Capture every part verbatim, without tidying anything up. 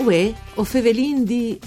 Uè, o fevelin di...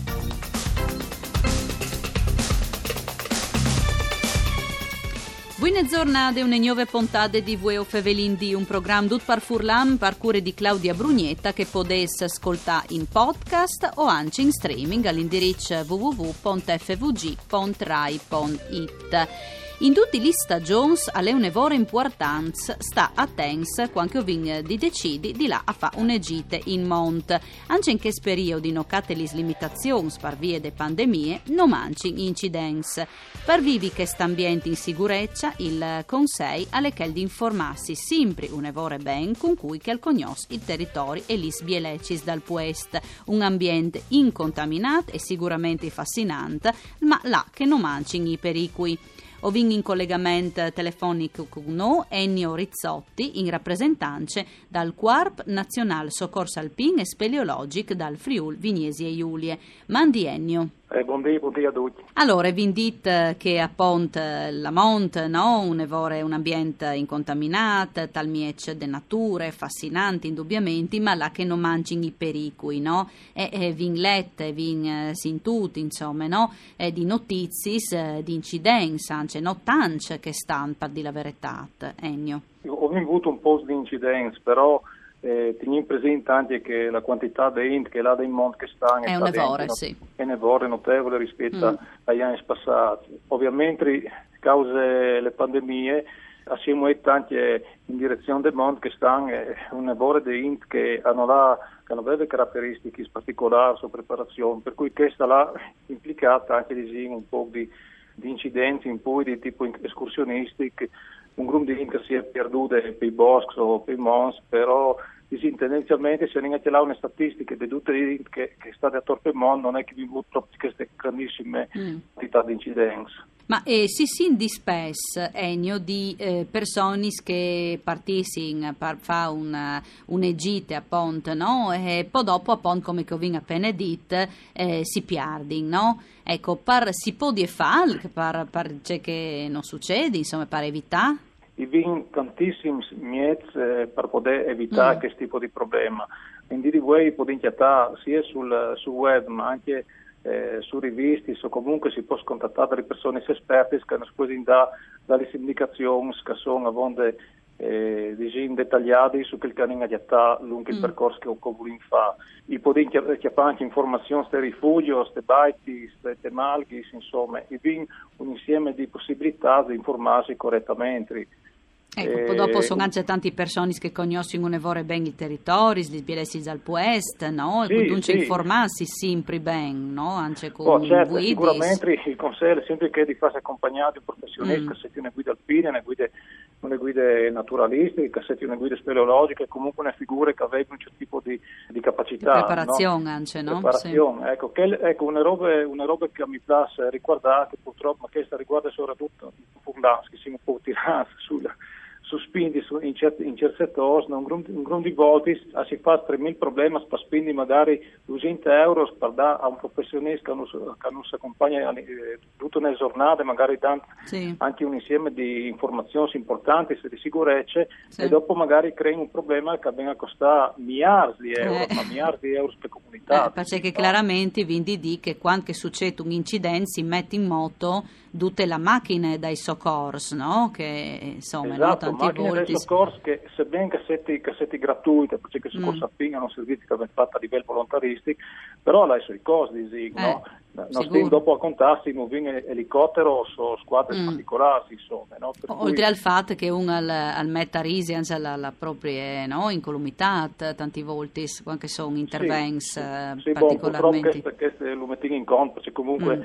Buone giornate, une nuove puntate di Vue o Fevelin di un programma tut par Furlan par cure di Claudia Brugnetta che potesse ascoltare in podcast o anche in streaming all'indirizzo w w w punto f v g punto rai punto it. In tutti gli stagioni alle un'evore importanza sta a tens quando vin di decidi di là a fa un'egite in mont. Anche in che periodi noccate le limitazioni per via de pandemie non manci incidenze. Per vivi che st'ambiente in sicurezza il Consei alle che di informarsi sempre un'evore ben con cui che al cognos il territorio e l'is bielecis dal puest. Un ambiente incontaminato e sicuramente fascinante, ma là che non manci i pericoli. Ovin in collegamento telefonico con noi Ennio Rizzotti, in rappresentanza dal Corpo Nazionale Soccorso Alpin e Speleologic dal Friuli Vignesi e Giulie. Mandi Ennio. Eh, buondì, buondì a tutti. Allora, vi dite che a Pont la Mont, no? Un evore, un ambiente incontaminato, tal miece de nature, fascinanti indubbiamente, ma là che non mangin i pericoli, no? E, e vin lette, vin eh, sintuti, insomma, no? E di notizie, eh, di incidenze, anche no tance che stanno per di la verità, Ennio. Ho avuto un po' di incidenze, però Eh, teniamo presente anche che la quantità di int che là dei monti che stanno è un evore, sì. È un evore notevole rispetto mm. agli anni passati. Ovviamente, cause le pandemie, assieme anche in direzione dei monti che stanno, è un evore di int che hanno là che hanno delle caratteristiche particolari su preparazione, per cui questa là implicata anche di un po' di, di incidenze, un po' di tipo escursionistiche, un gruppo di int che si è perduto per i boschi o per i mons, però tendenzialmente se non c'è là una statistica di tutte le che, che state attorno al mondo non è che vi avuto proprio queste grandissime mm. quantità di incidenze. Ma eh, si si dispes Ennio di eh, persone che partissin per fare un, un'egite a Pont, no? E poi dopo a Pont, come che ho appena detto, eh, si piardin, no? Ecco, par, si può di fare per, per c'è che non succede, insomma, per evitare? I vin tantissimi mezzi eh, per poter evitare mm. questo tipo di problema. Quindi di voi potete chiamare sia sul, sul web ma anche eh, su rivisti, o comunque si può contattare delle persone esperte che hanno poi da dalle indicazioni che sono a volte eh, dettagliate su quel che hanno chiamato lungo il mm. percorso che vogliono fare. I potete chiamare anche informazioni sui rifughi, sui baiti, sui malghi, insomma, i vin un insieme di possibilità di informarsi correttamente. Ecco, poi dopo sono anche tante persone che conoscono un'evore ben il territorio, li sbielessi dal puest, no? Sì, e quindi sì. informarsi sempre ben, no? Anche con oh, certo, guidi. Sicuramente il consiglio è sempre che di farsi accompagnati un professionista, mm. se ti una guida alpina, una guida, una guida naturalistica, se ti una guida speleologica, comunque una figura che aveva un certo tipo di, di capacità. Di preparazione no? anche, no? Preparazione, sì. ecco, che, ecco una, roba, una roba che mi piace riguardare, che purtroppo, ma questa riguarda soprattutto i furlans, che si un po' tirati sulla su spindi su, in, certi, in certi settori, un gruppo di volte si fa tremila problemi per spendere magari duecento euro per dare a un professionista che non, che non si accompagna eh, tutte le giornate, magari tanto, sì. anche un insieme di informazioni importanti di sicurezza sì. e dopo magari crea un problema che viene a costare miliardi di euro, eh. ma miliardi di euro per comunità. Eh, perché no? Chiaramente vi di che quando succede un incidente si mette in moto tutte le macchine dai soccorsi, no? Che insomma, esatto, no? Tanti macchine dei soccorsi che sebbene cassetti, cassetti gratuite, perché il soccorso mm. alpino è un servizio che viene fatto a livello volontaristico, però ha i suoi costi, sì, eh, no? Non stiamo dopo a contarsi in elicottero o squadre mm. particolari, insomma. No? Per Oltre cui... al fatto che uno al, al metta risi anche la, la propria no? incolumità, tanti volte, anche sono interventi sì, sì, sì, particolarmente. Sì, purtroppo questo lo mettiamo in conto, perché comunque mm.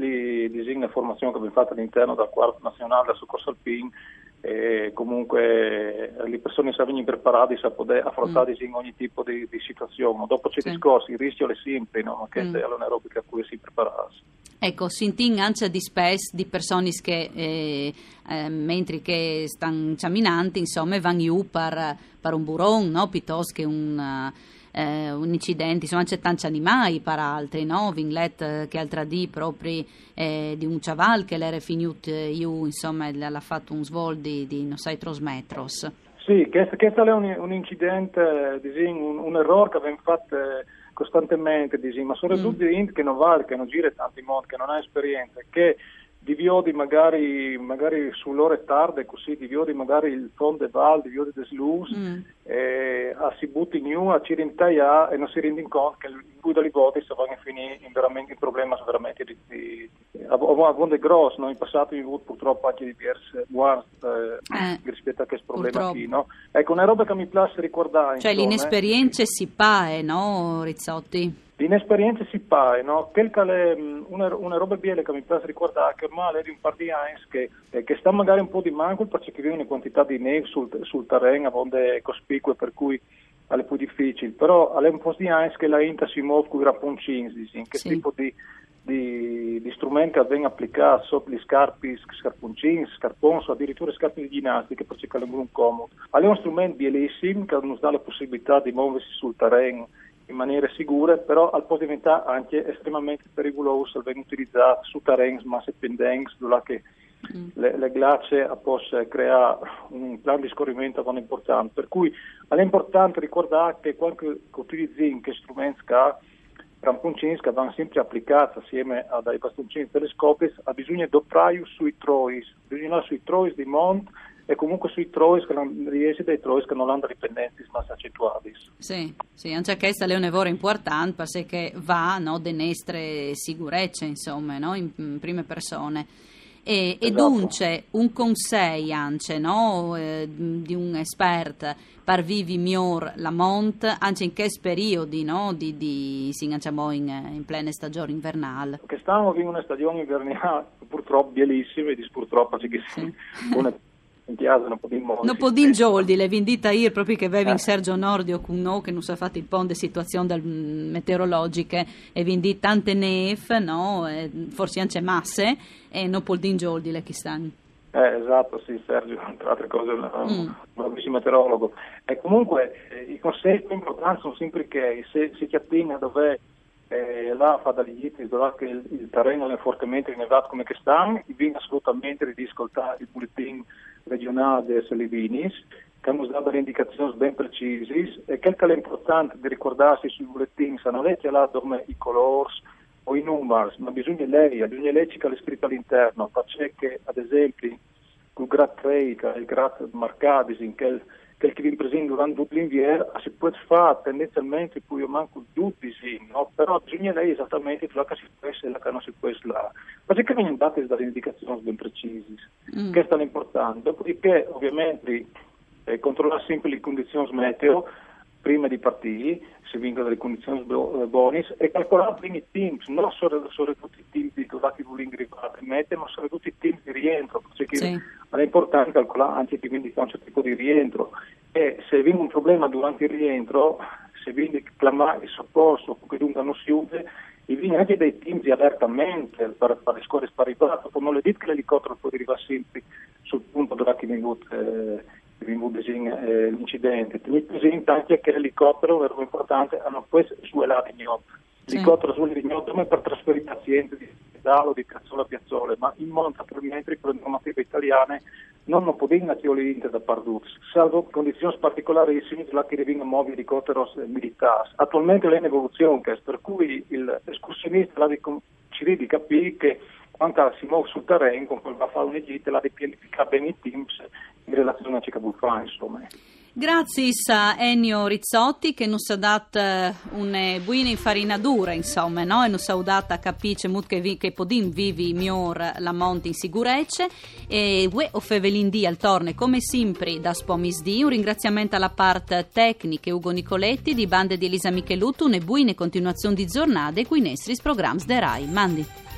li disegna formazione che viene fatta all'interno del Corpo Nazionale del Soccorso Alpin, e comunque le persone saranno preparate a poter affrontare mm. in ogni tipo di, di situazione. Dopo c'è sì. discorsi, il rischio è sempre, no? Ma questa mm. è un'aerobica a cui si prepararsi. Ecco, si anche di spes di persone che eh, eh, mentre che stanno camminando, insomma, vanno giù per, per un buron, no? Piuttosto che un Eh, un incidente, insomma c'è tanti animali per altri, no? Vinglet che altra di proprio eh, di un cavallo che l'era finito io, insomma l'ha fatto un svol di, di non sai tros metros. Sì, questo, questo è un, un incidente, un, un errore che abbiamo fatto con costantemente, dici, ma sono Mm. risultati int che non vale, che non gira tanti modi, che non ha esperienza, che di viodi magari, magari sull'ore tarde, così di viodi magari il fondo de val, di viodi de slus, Mm. e a si butti in giù, a ci rintaia e non si rende conto che in cui da voti si vanno a finire in veramente in problemi veramente di, di, di a, a vonde grosso, no? In passato ho avuto purtroppo anche diverse guards eh, Eh, rispetto a questo problema purtroppo. qui, no? Ecco, una roba che mi piace ricordare. Cioè insomma, l'inesperienza si pae, no, Rizzotti? l'inesperienza si paga, no? Quella è una, una roba bella che mi piace ricordare, che ormai è di un par di anni che, eh, che sta magari un po' di manco perché viene una quantità di neve sul, sul terreno, a volte cospicue, per cui è più difficile, però è un po' di anni che la Inta si muove con i rapponcini, che Sì. tipo di, di, di strumenti vengono applicati sotto gli scarpi, scarponcini, scarpons, o addirittura scarpe di ginnastica perché è un comodo. È un strumento bellissimo che ci dà la possibilità di muoversi sul terreno in maniera sicura, però al può diventare anche estremamente pericoloso se vengono utilizzati su terreni masse pendenti, dove che mm. le, le glace possono creare un plan di scorrimento molto importante. Per cui è importante ricordare che quando utilizziamo questi strumenti che ramponcini che vanno sempre applicati assieme a dei bastoncini telescopici, ha bisogno di doppio sui trois, bisogna sui trois di monte e comunque sui trois che non riesce dai trois che non hanno dipendenti ma accentuati. Sì, sì, anche questa è un lavoro importante perché va, no, de nestre sicurezze, insomma, no, in, in prime persone. E, Esatto. e dunque un consiglio anche, no, eh, di un esperto per vivi miglior la mont anche in che periodi, no, di, di si diciamo in, in plena stagione invernale. Che stiamo in una stagione invernale purtroppo bellissima e di purtroppo perché sì. una in chiesa non può dire non può dire gioldi, le vendita io proprio che avevi in Sergio Nordio con noi che non si è fatto il ponte situazioni del, meteorologiche e vendi tante neve, no, e forse anche masse e non può dire gioldi le che stanno. Eh, esatto, sì, Sergio, tra altre cose, un Mm. bravissimo meteorologo. E comunque eh, i consigli più importanti sono sempre che se si chiattina dove eh, là fa dagli iti, dove che il, il terreno è fortemente innevato come che stanno, viene assolutamente di ascoltare il bulletin regionale dei Salivinis, che hanno dato delle indicazioni ben precise e quel che è importante di ricordarsi sui bulletin, se non legge là dove i colori o i numeri, ma bisogna lei, bisogna legge che è scritto all'interno, perché che ad esempio il grad tre, che è il grad marcato, in quel, quel che viene presente durante tutto l'inverno, si può fare tendenzialmente poi manco tutti, sì, no? Però bisogna lei esattamente quello che si può essere e che non si può essere. Ma c'è che vengono date delle indicazioni ben precise, Mm. questo è l'importante. Dopodiché ovviamente eh, controllare sempre le condizioni meteo prima di partire, se vengono delle condizioni bonus, e calcolare prima i teams, non solo, solo tutti i teams di dove vogliono arrivare, ma solo tutti i teams di rientro, perché Sì. è importante calcolare anche che quindi c'è un certo tipo di rientro e se viene un problema durante il rientro, se viene chiamare il soccorso, che dunque non si usa, e viene anche dei teams di allertamento per, per le scuole sparipate, non le dite che l'elicottero può arrivare sempre sul punto dove è venuto eh, eh, l'incidente. Tenete presente anche che l'elicottero, è importante, non può suolare di gnotto. L'elicottero suole di gnotto non è per trasferire pazienti di ospedale o di piazzola a piazzola, ma in monta per metri per le normative italiane non non può dire nazioni da pardux, salvo condizioni particolarissime sulla che vengono muovi elicotteri militari. Attualmente è in evoluzione, per cui l'escursionista ci deve capire che quando si muove sul terreno, come va a fare un'egita, la deve pianificare bene i teams in relazione a ciò che vuol fare, insomma. Grazie a Ennio Rizzotti che nos ha dato una buona infarinatura, insomma, no? E nos ha dato a capire che, vi, che podin vivi miglior la monte in sicurezza e ue o fevelindì al torne come sempre da Spomisdì. Un ringraziamento alla parte tecnica Ugo Nicoletti di bande di Elisa Michelutto, una buona continuazione di giornate qui i nostri programmi de Rai. Mandi.